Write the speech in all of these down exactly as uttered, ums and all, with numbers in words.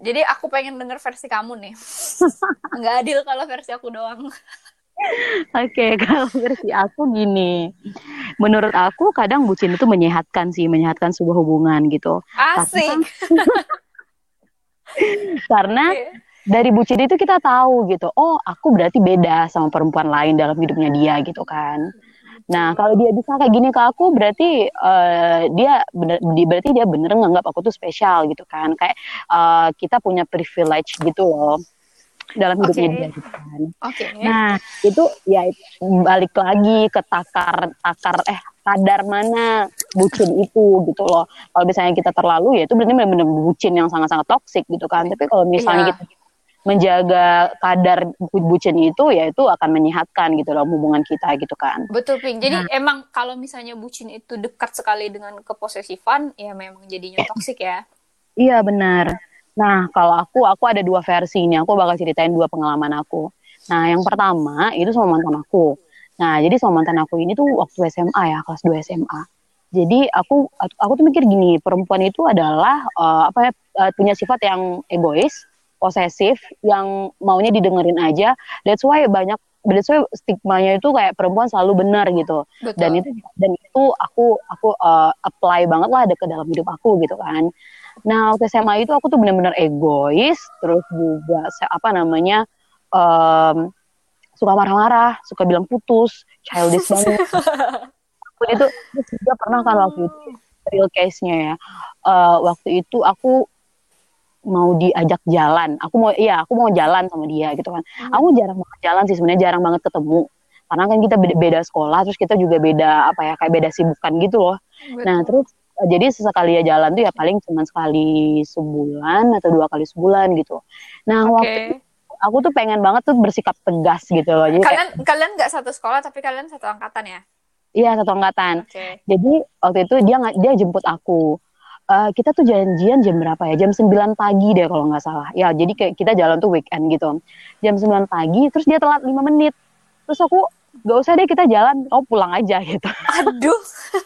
Jadi aku pengen denger versi kamu nih. Nggak adil kalau versi aku doang. Oke, kalau versi aku gini. Menurut aku kadang bucin itu menyehatkan sih, menyehatkan sebuah hubungan gitu. Karena Asik. karena Oke. dari bucin itu kita tahu gitu. Oh, aku berarti beda sama perempuan lain dalam hidupnya dia gitu kan. Nah, kalau dia bisa kayak gini ke aku berarti eh, dia bener di- berarti dia bener nganggap aku tuh spesial gitu kan. Kayak eh, kita punya privilege gitu loh dalam hidupnya dia Oke. gitu kan. Oke. Nah, itu ya balik lagi ke takar takar eh kadar mana bucin itu gitu loh. Kalau misalnya kita terlalu ya itu berarti benar-benar bucin yang sangat-sangat toksik gitu kan. Tapi kalau misalnya Iya, kita menjaga kadar bucin itu ya itu akan menyehatkan gitu loh hubungan kita gitu kan. betul Pink. Jadi Nah, emang kalau misalnya bucin itu dekat sekali dengan keposesifan, ya memang jadinya toksik ya. iya benar. Nah, kalau aku aku ada dua versi ini. Aku bakal ceritain dua pengalaman aku. Nah, yang pertama itu sama mantan aku. Nah, jadi sama mantan aku ini tuh waktu S M A ya, kelas dua S M A. Jadi aku aku tuh mikir gini, perempuan itu adalah eh, apa ya eh, punya sifat yang egois, posesif, yang maunya didengerin aja. That's why banyak that's why stigmanya itu kayak perempuan selalu benar gitu. Dan Betul. itu dan itu aku aku eh, apply banget lah ke dalam hidup aku gitu kan. Nah, waktu S M A itu aku tuh benar-benar egois, terus juga apa namanya em, suka marah-marah, suka bilang putus, childish banget. Aku itu terus juga pernah kan waktu itu real case-nya ya. Eh, waktu itu aku mau diajak jalan. Aku mau iya, aku mau jalan sama dia gitu kan. Aku jarang banget jalan sih sebenarnya jarang banget ketemu. Karena kan kita beda, beda sekolah, terus kita juga beda apa ya kayak beda sibukan gitu loh. Nah, Betul. terus eh, jadi sesekali ya jalan tuh ya paling cuma sekali sebulan atau dua kali sebulan gitu. Nah, waktu itu Oke. aku tuh pengen banget tuh bersikap tegas gitu loh. Jadi kayak Kalian kalian nggak satu sekolah tapi kalian satu angkatan ya? iya satu angkatan. Oke. Jadi waktu itu dia nggak dia jemput aku. Eh, kita tuh janjian jam berapa ya? Jam sembilan pagi deh kalau nggak salah. Ya, jadi kayak kita jalan tuh weekend gitu. Jam sembilan pagi, terus dia telat lima menit. Terus aku, gak usah deh kita jalan, kau pulang aja gitu. Aduh.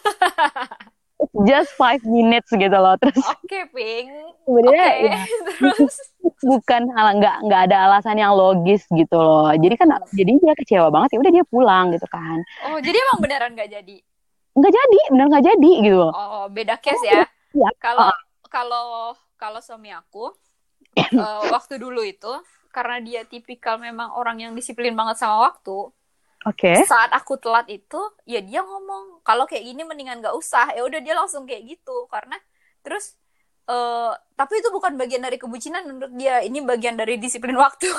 Just five minutes gitu loh. Terus Oke, Pink. sebenarnya Oke. ya Terus. bukan hal nggak nggak ada alasan yang logis gitu loh. Jadi kan jadi dia kecewa banget ya udah dia pulang gitu kan. Oh, jadi emang beneran nggak jadi? Nggak jadi, benar nggak jadi gitu loh. Oh, beda case Oh, ya. iya. Kalau Uh, kalau kalau suami aku eh, waktu dulu itu karena dia tipikal memang orang yang disiplin banget sama waktu. Oke. Saat aku telat itu, ya dia ngomong kalau kayak gini mendingan gak usah. Ya udah dia langsung kayak gitu karena terus eh tapi itu bukan bagian dari kebucinan menurut dia. Ini bagian dari disiplin waktu.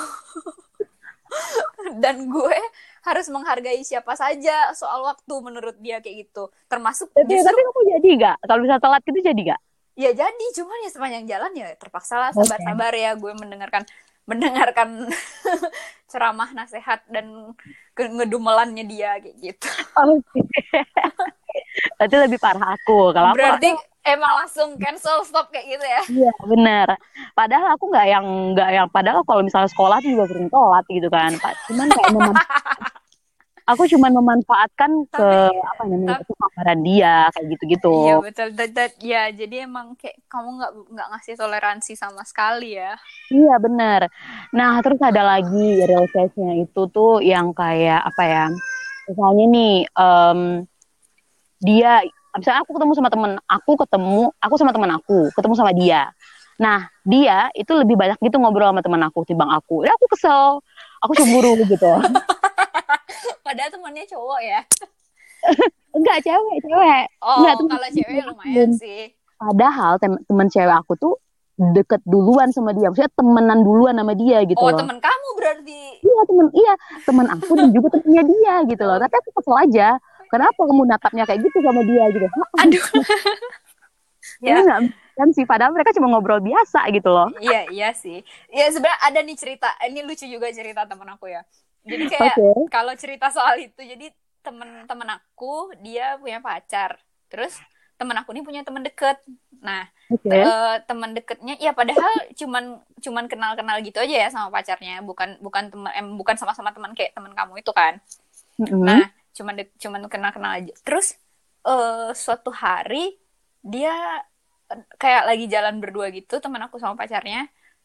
Dan gue harus menghargai siapa saja soal waktu menurut dia kayak gitu. Termasuk Tapi justru tapi kamu jadi gak? Kalau bisa telat gitu jadi gak? ya jadi cuman ya sepanjang jalan ya terpaksa lah Oke. sabar-sabar ya gue mendengarkan mendengarkan ceramah nasihat dan ngedumelannya dia kayak gitu. Oke. Berarti lebih parah aku. Kalau aku Berarti orangnya emang langsung cancel stop kayak gitu ya. iya bener. Padahal aku nggak yang nggak yang padahal kalau misalnya sekolah tuh juga sering telat gitu kan. Pak. Cuman kayak memang aku cuman memanfaatkan ke Tapi apa namanya tapi kesabaran dia kayak gitu-gitu. iya betul dat, dat, ya jadi emang kayak kamu nggak nggak ngasih toleransi sama sekali ya. Iya bener. Nah terus ada lagi real case-nya itu tuh yang kayak apa ya? Misalnya nih em, dia misalnya aku ketemu sama temen aku ketemu aku sama temen aku ketemu sama dia. Nah dia itu lebih banyak gitu ngobrol sama temen aku timbang aku. Ya aku kesel, aku cemburu gitu. Padahal temannya cowok ya. Enggak cewek, cewek. Enggak Oh temen kalau temen cewek cewek aku. lumayan sih. Padahal tem- temen cewek aku tuh deket duluan sama dia. Maksudnya temenan duluan sama dia gitu Oh loh. temen kamu berarti. Iya temen, iya temen aku dan juga temennya dia gitu loh. Oh, Tapi aku kesel aja. Kenapa kamu natapnya kayak gitu sama dia gitu? aduh. Ini Ya nggak kan sih. Padahal mereka cuma ngobrol biasa gitu loh. iya iya sih. Ya sebenarnya ada nih cerita. Ini lucu juga cerita temen aku ya. Jadi kayak Oke, kalau cerita soal itu, jadi temen-temen aku dia punya pacar. Terus temen aku ini punya temen deket. Nah, te- oke. eh, temen deketnya, ya padahal cuman cuman kenal-kenal gitu aja ya sama pacarnya. Bukan bukan temen, em, bukan sama-sama teman kayak temen kamu itu kan. Mm-mm. Nah, cuman de- cuman kenal-kenal aja. Terus eh, suatu hari dia eh, kayak lagi jalan berdua gitu teman aku sama pacarnya.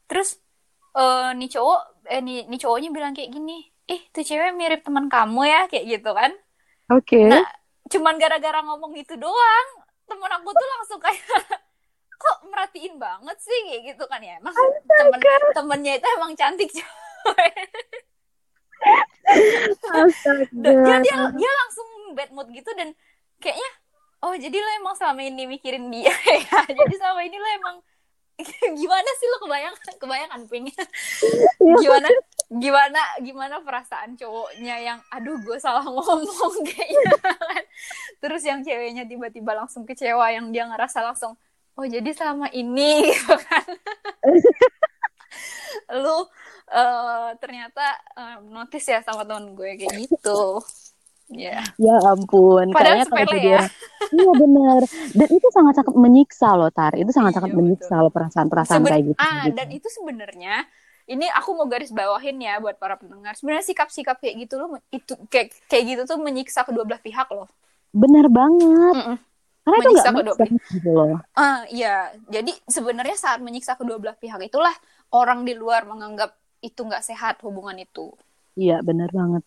Terus eh nih cowok eh nih, nih cowoknya bilang kayak gini, ih tuh cewek mirip teman kamu ya, kayak gitu kan. Oke. Nah, cuman gara-gara ngomong gitu doang, temen aku tuh langsung kayak kok merhatiin banget sih, kayak gitu kan. Ya emang temen temennya itu emang cantik cewek. Astaga. dia dia dia langsung bad mood gitu, dan kayaknya oh jadi lo emang selama ini mikirin dia ya, jadi selama ini lo emang gimana sih lo, kebayangan kebayangan ping gimana gimana gimana perasaan cowoknya yang aduh gue salah ngomong kayaknya kan. Terus yang ceweknya tiba-tiba langsung kecewa, yang dia ngerasa langsung oh jadi selama ini gitu kan lu uh, ternyata uh, notice ya sama temen gue kayak gitu ya. Yeah. Ya ampun, Padahal kayaknya kalau sepele jadi ya. orang, iya benar. Dan itu sangat-sangat menyiksa loh, Tar. Itu sangat-sangat Iya, menyiksa betul. loh perasaan-perasaan Seben kayak gitu, ah gitu. dan itu sebenarnya ini aku mau garis bawahin ya buat para pendengar. Sebenarnya sikap-sikap kayak gitu loh, itu kayak kayak gitu tuh menyiksa kedua belah pihak loh. Benar banget. Mm-mm. Karena itu nggak Menyiksa kedua make belah. sense gitu loh. Ah iya, jadi sebenarnya saat menyiksa kedua belah pihak itulah orang di luar menganggap itu nggak sehat hubungan itu. Iya, benar banget.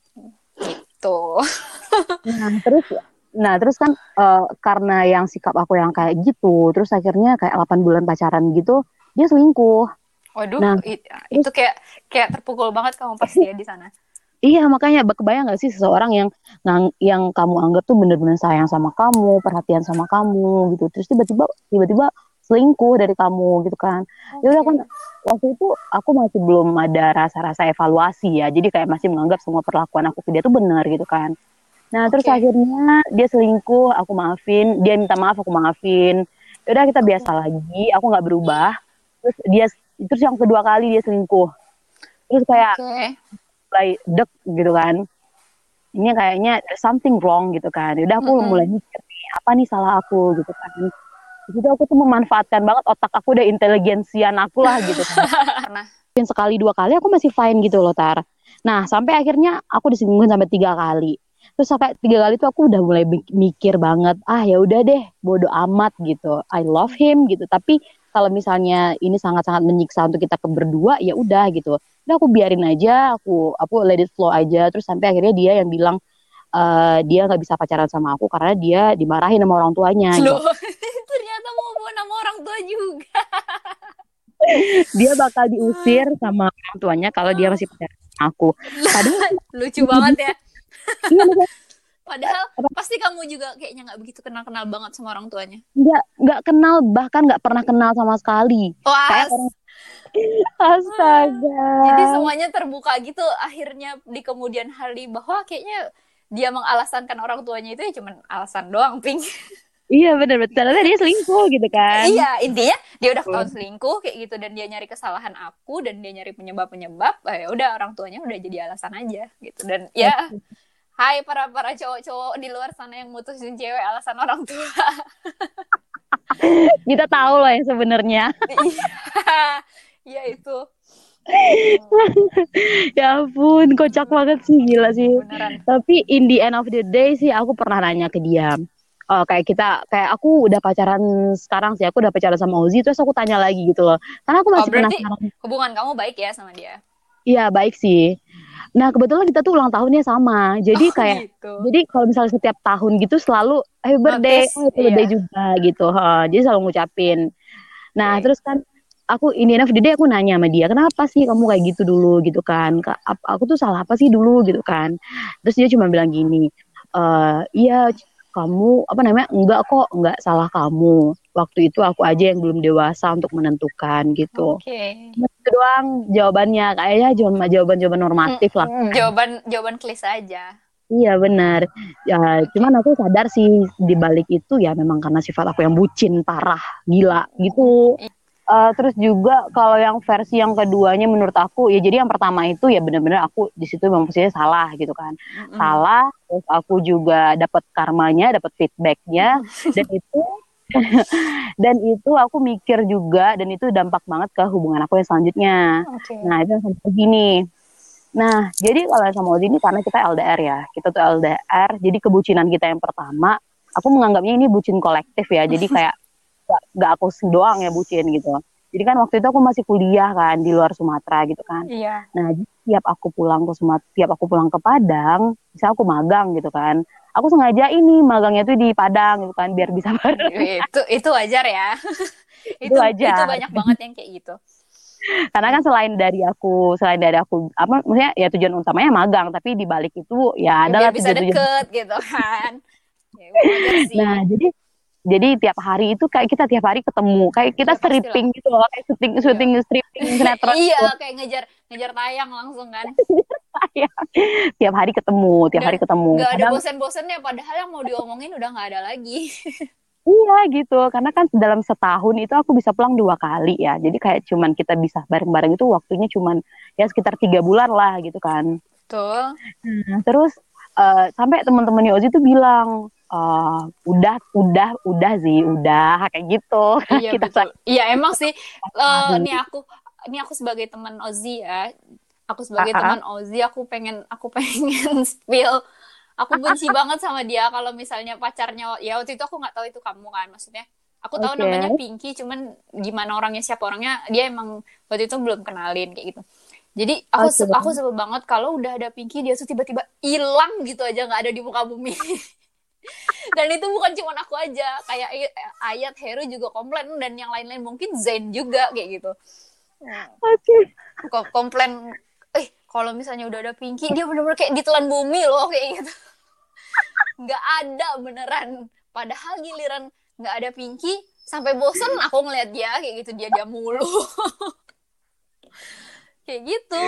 Tuh. Nah, terus nah, terus kan uh, karena yang sikap aku yang kayak gitu, terus akhirnya kayak delapan bulan pacaran gitu, dia selingkuh. Waduh, Nah, it, terus itu kayak kayak terpukul banget kamu pasti ya di sana. iya, makanya kebayang gak sih seseorang yang yang, yang kamu anggap tuh bener-bener sayang sama kamu, perhatian sama kamu gitu. Terus tiba-tiba tiba-tiba selingkuh dari kamu gitu kan. Okay. Ya udah kan waktu itu aku masih belum ada rasa-rasa evaluasi ya. Jadi kayak masih menganggap semua perlakuan aku ke dia tuh benar gitu kan. Nah, okay. Terus akhirnya dia selingkuh, aku maafin, dia minta maaf, aku maafin. Ya udah kita biasa okay. lagi, aku nggak berubah. Terus dia terus yang kedua kali dia selingkuh. Terus kayak okay. mulai dek gitu kan, ini kayaknya there's something wrong gitu kan. Udah aku mm-hmm. mulai mikir nih, apa nih salah aku gitu kan. Jadi aku tuh memanfaatkan banget otak aku dan inteligensian aku lah gitu kan. Karena sekali dua kali aku masih fine gitu loh, Tar. Nah sampai akhirnya aku diselingkuhin sampai tiga kali. Terus sampai tiga kali tuh aku udah mulai mikir banget, ah ya udah deh, bodo amat gitu. I love him gitu. Tapi kalau misalnya ini sangat-sangat menyiksa untuk kita berdua, ya udah gitu. Udah aku biarin aja, aku aku let it flow aja. Terus sampai akhirnya dia yang bilang uh, dia nggak bisa pacaran sama aku karena dia dimarahin sama orang tuanya. Loh, gitu. Ternyata mau bawa nama orang tua juga. Dia bakal diusir sama orang tuanya kalau dia masih pacaran sama aku. Padahal lucu banget ya. Iya, padahal apa? Pasti kamu juga kayaknya nggak begitu kenal-kenal banget sama orang tuanya. Nggak, nggak kenal, bahkan nggak pernah kenal sama sekali. Wah, kayak orang astaga. Jadi semuanya terbuka gitu akhirnya di kemudian hari, bahwa kayaknya dia mengalasankan orang tuanya itu ya cuma alasan doang, Pink. Iya benar-benar, ternyata dia selingkuh gitu kan. Iya, intinya dia udah ketahuan selingkuh kayak gitu, dan dia nyari kesalahan aku, dan dia nyari penyebab-penyebab, ya udah orang tuanya udah jadi alasan aja gitu. Dan ya hai para para cowok-cowok di luar sana yang mutusin cewek alasan orang tua. Kita tahu loh yang sebenarnya. Iya itu. Ya ampun, kocak banget sih, gila sih. Beneran. Tapi in the end of the day sih aku pernah nanya ke dia. Oh, kayak kita, kayak aku udah pacaran sekarang sih, aku udah pacaran sama Ozi, terus aku tanya lagi gitu loh. Karena aku masih oh, berarti penasaran. Hubungan kamu baik ya sama dia? Iya, baik sih. Nah, kebetulan kita tuh ulang tahunnya sama. Jadi oh, kayak gitu. Jadi kalau misalnya setiap tahun gitu selalu happy birthday, happy birthday iya. juga gitu. Ha, jadi selalu ngucapin. Nah, okay. Terus kan aku ini end of the day aku nanya sama dia, kenapa sih kamu kayak gitu dulu gitu kan? Aku tuh salah apa sih dulu gitu kan? Terus dia cuma bilang gini, e, iya kamu apa namanya enggak kok, enggak salah kamu. Waktu itu aku aja yang belum dewasa untuk menentukan gitu. Oke. Okay. Itu doang jawabannya, kayaknya jawaban-jawaban normatif lah. Jawaban jawaban klise aja. Iya benar. Ya, cuman aku sadar sih di balik itu ya memang karena sifat aku yang bucin parah, gila gitu. Uh, terus juga kalau yang versi yang keduanya menurut aku ya, jadi yang pertama itu ya benar-benar aku di situ memang posisinya salah gitu kan. Mm-hmm. Salah, terus aku juga dapat karmanya, dapat feedbacknya dan itu dan itu aku mikir juga, dan itu dampak banget ke hubungan aku yang selanjutnya. Okay. Nah itu yang sampai gini. Nah jadi kalau sama Ozi ini karena kita L D R ya, kita tuh L D R, jadi kebucinan kita yang pertama, aku menganggapnya ini bucin kolektif ya, jadi kayak gak, gak aku doang ya bucin gitu. Jadi kan waktu itu aku masih kuliah kan di luar Sumatera gitu kan. Iya. Nah, tiap aku pulang ke Sumatera, tiap aku pulang ke Padang, misalnya aku magang gitu kan. Aku sengaja ini magangnya tuh di Padang gitu kan biar bisa bareng. Itu itu wajar ya. Itu Itu itu aja. banyak banget yang kayak gitu. Karena kan selain dari aku, selain dari aku apa maksudnya ya tujuan utamanya magang, tapi di balik itu ya Ya biar adalah bisa tujuan-tujuan. deket gitu kan. Ya, wajar sih. Nah, jadi jadi tiap hari itu kayak kita tiap hari ketemu, kayak kita Ya pastilah. stripping gitu loh, kayak syuting Iya. syuting stripping sinetron Iya, gitu. kayak ngejar ngejar tayang langsung kan. Ya, tiap hari ketemu, tiap Dan hari ketemu. nggak ada Kadang bosen-bosennya, padahal yang mau diomongin udah nggak ada lagi. iya gitu, karena kan dalam setahun itu aku bisa pulang dua kali ya. Jadi kayak cuman kita bisa bareng-bareng itu waktunya cuman ya sekitar tiga bulan lah gitu kan. Tuh. Nah, terus eh, sampai teman-temannya Ozi tuh bilang, "Ah, udah, udah, udah sih, udah kayak gitu." Iya Kita betul. Iya emang sih. Eh tahu. nih aku nih aku sebagai teman Ozzy ya. Aku Ah, sebagai ah, teman Ozzy, aku pengen aku pengen spill. Aku benci banget sama dia kalau misalnya pacarnya, ya waktu itu aku nggak tahu itu kamu kan, maksudnya. Aku tahu namanya oke, Pinky, cuman gimana orangnya, siapa orangnya, dia emang waktu itu belum kenalin kayak gitu. Jadi aku se- aku oke. sebel banget kalau udah ada Pinky dia tuh tiba-tiba hilang gitu aja, nggak ada di muka bumi. Dan itu bukan cuma aku aja, kayak Ay- Ayat, Heru juga komplain, dan yang lain-lain mungkin Zain juga kayak gitu. Oke. Kok komplain, eh kalau misalnya udah ada Pinky dia bener-bener kayak ditelan bumi loh kayak gitu. Nggak ada beneran. Padahal giliran nggak ada Pinky, sampai bosen aku ngeliat dia kayak gitu, dia dia mulu. Kayak gitu.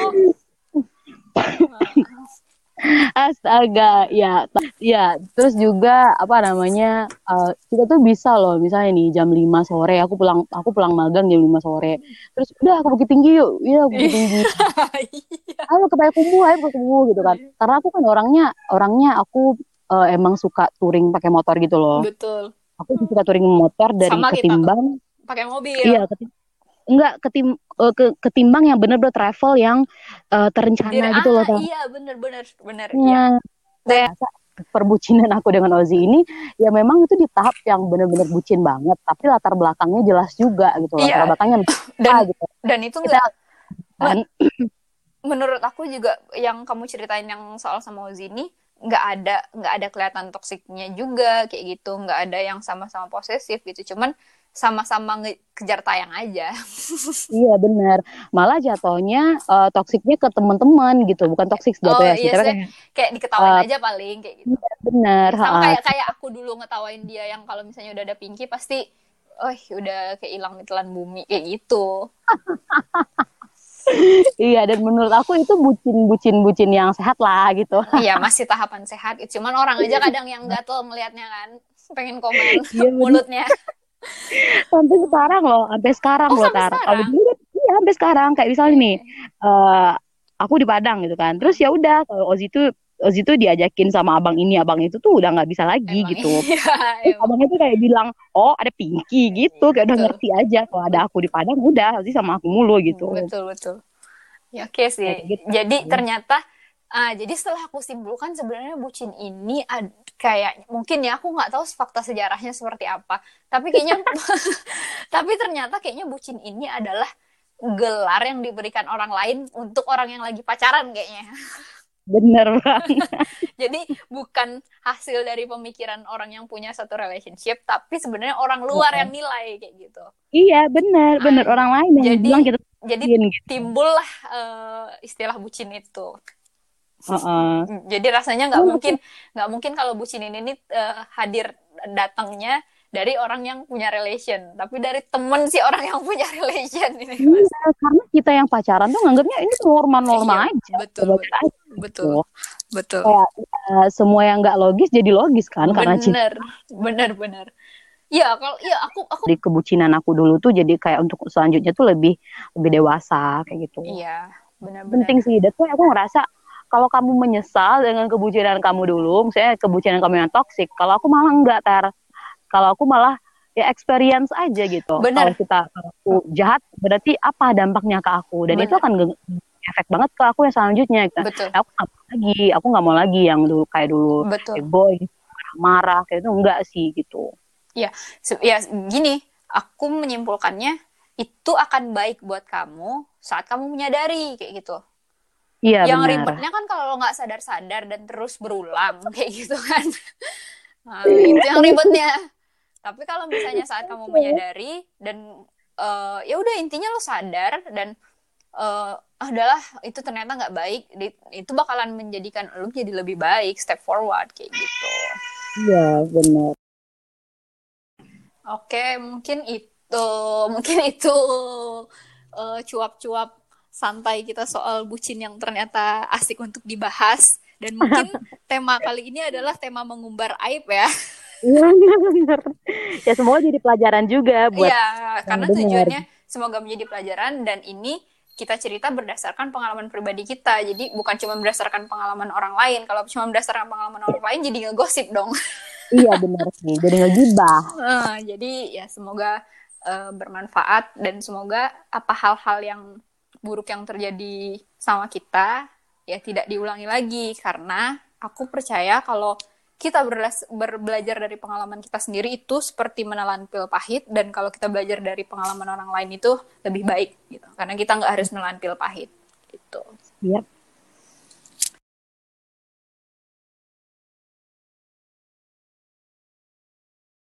Astaga, ya, ya. Terus juga apa namanya? eh, kita tuh bisa loh, misalnya nih jam lima sore aku pulang aku pulang magang jam lima sore. Terus udah aku Bukit Tinggi yuk. Iya, aku Bukit Tinggi. Iya. Ayo ke Payakumbuh, ayo ke Payakumbuh gitu kan. Karena aku kan orangnya orangnya aku eh, emang suka touring pakai motor gitu loh. Betul. Aku suka touring motor dari Sama kita tuh. Ketimbang, Pakai mobil. iya ketim- enggak ketim eh, ke, Ketimbang yang bener-bener travel yang eh, terencana Dir gitu loh. ah iya bener bener bener iya. Nah, Dan rasa perbucinan aku dengan Ozzy ini ya memang itu di tahap yang benar-benar bucin banget, tapi latar belakangnya jelas juga gitu, latar iya, belakangnya apa dan gitu. dan itu Kita nggak, kan menurut aku juga yang kamu ceritain yang soal sama Ozi ini, nggak ada nggak ada kelihatan toksiknya juga kayak gitu, nggak ada yang sama-sama posesif gitu, cuman sama-sama ngejar tayang aja. iya benar. Malah jatuhnya eh, toksiknya ke teman-teman gitu, bukan toksik Oh jatuhnya sih, iya tapi sih, kayak kayak diketawain eh, aja paling kayak gitu. iya, benar. Ya, Ha, sama ha. kayak kayak aku dulu ngetawain dia yang kalau misalnya udah ada Pinky pasti, oh udah kayak hilang di telan bumi kayak gitu. Iya, dan menurut aku itu bucin-bucin-bucin yang sehat lah gitu. Iya masih tahapan sehat, cuman orang aja kadang yang gatel ngelihatnya kan, pengen komen Iya benar. mulutnya. Sampai sekarang loh, sampai sekarang Oh loh sampai Tar. Kalau sekarang. dulu kan, iya sampai sekarang kayak misalnya nih, Oke. eh aku di Padang gitu kan. Terus ya udah, kalau Ozi itu Ozi itu diajakin sama abang ini, abang itu tuh udah nggak bisa lagi Emang gitu. iya, Terus emang. abangnya tuh kayak bilang, oh ada Pinky gitu, kayak udah Betul. ngerti aja kalau ada aku di Padang, udah Ozi sama aku mulu gitu. Betul, betul. Ya, oke Ya, sih. kayak gitu. Jadi ternyata, ah, jadi setelah aku simpulkan sebenarnya bucin ini ad- kayak mungkin ya aku nggak tahu fakta sejarahnya seperti apa. Tapi kayaknya, tapi ternyata kayaknya bucin ini adalah gelar yang diberikan orang lain untuk orang yang lagi pacaran kayaknya. Bener banget. Jadi bukan hasil dari pemikiran orang yang punya satu relationship, tapi sebenarnya orang luar yang nilai kayak gitu. Iya bener, bener Ah, orang lain yang jadi bilang kita jadi bucin gitu. timbullah eh, istilah bucin itu. Heeh. Jadi rasanya nggak Cuman aku mungkin nggak mungkin kalau bucin ini nih eh, hadir datangnya dari orang yang punya relation, tapi dari temen si orang yang punya relation ini iya, mas. karena kita yang pacaran tuh nganggapnya ini normal-normal Iya aja, betul wajar betul aja gitu. betul betul. Kayak eh, semua yang nggak logis jadi logis kan karena cinta. Bener bener bener. Ya kalau ya aku aku Di kebucinan aku dulu tuh jadi kayak untuk selanjutnya tuh lebih lebih dewasa kayak gitu. iya benar-benar. Penting sih, dan tuh aku ngerasa kalau kamu menyesal dengan kebucinan kamu dulu, misalnya kebucinan kamu yang toksik, kalau aku malah enggak tar. Kalau aku malah ya experience aja gitu. Kalau Bener kita kalau aku jahat berarti apa dampaknya ke aku, dan itu bener akan nge- efek banget ke aku yang selanjutnya gitu. betul Aku nggak mau lagi, aku nggak mau lagi yang dulu kayak dulu betul. egois, marah kayak itu enggak sih gitu. Ya, se- ya gini, aku menyimpulkannya itu akan baik buat kamu saat kamu menyadari kayak gitu. Iya Yang benar. ribetnya kan kalau nggak sadar-sadar dan terus berulang kayak gitu kan. Nah, itu yang ribetnya. Tapi kalau misalnya saat kamu menyadari dan uh, ya udah intinya lo sadar dan uh, adalah itu ternyata nggak baik, itu bakalan menjadikan lo jadi lebih baik, step forward kayak gitu. Iya benar. Oke, mungkin itu mungkin itu uh, cuap-cuap santai kita soal bucin yang ternyata asik untuk dibahas. Dan mungkin tema kali ini adalah tema mengumbar aib ya. Iya benar. Ya semoga jadi pelajaran juga buat Iya, yang karena dengar. tujuannya semoga menjadi pelajaran dan ini kita cerita berdasarkan pengalaman pribadi kita. Jadi bukan cuma berdasarkan pengalaman orang lain. Kalau cuma berdasarkan pengalaman orang lain jadi ngegosip dong. Iya benar sih. Jadi ngegibah. Uh, jadi ya semoga uh, bermanfaat dan semoga apa hal-hal yang buruk yang terjadi sama kita ya tidak diulangi lagi, karena aku percaya kalau kita berlas- berbelajar dari pengalaman kita sendiri itu seperti menelan pil pahit, dan kalau kita belajar dari pengalaman orang lain itu lebih baik gitu, karena kita nggak harus menelan pil pahit gitu. Iya.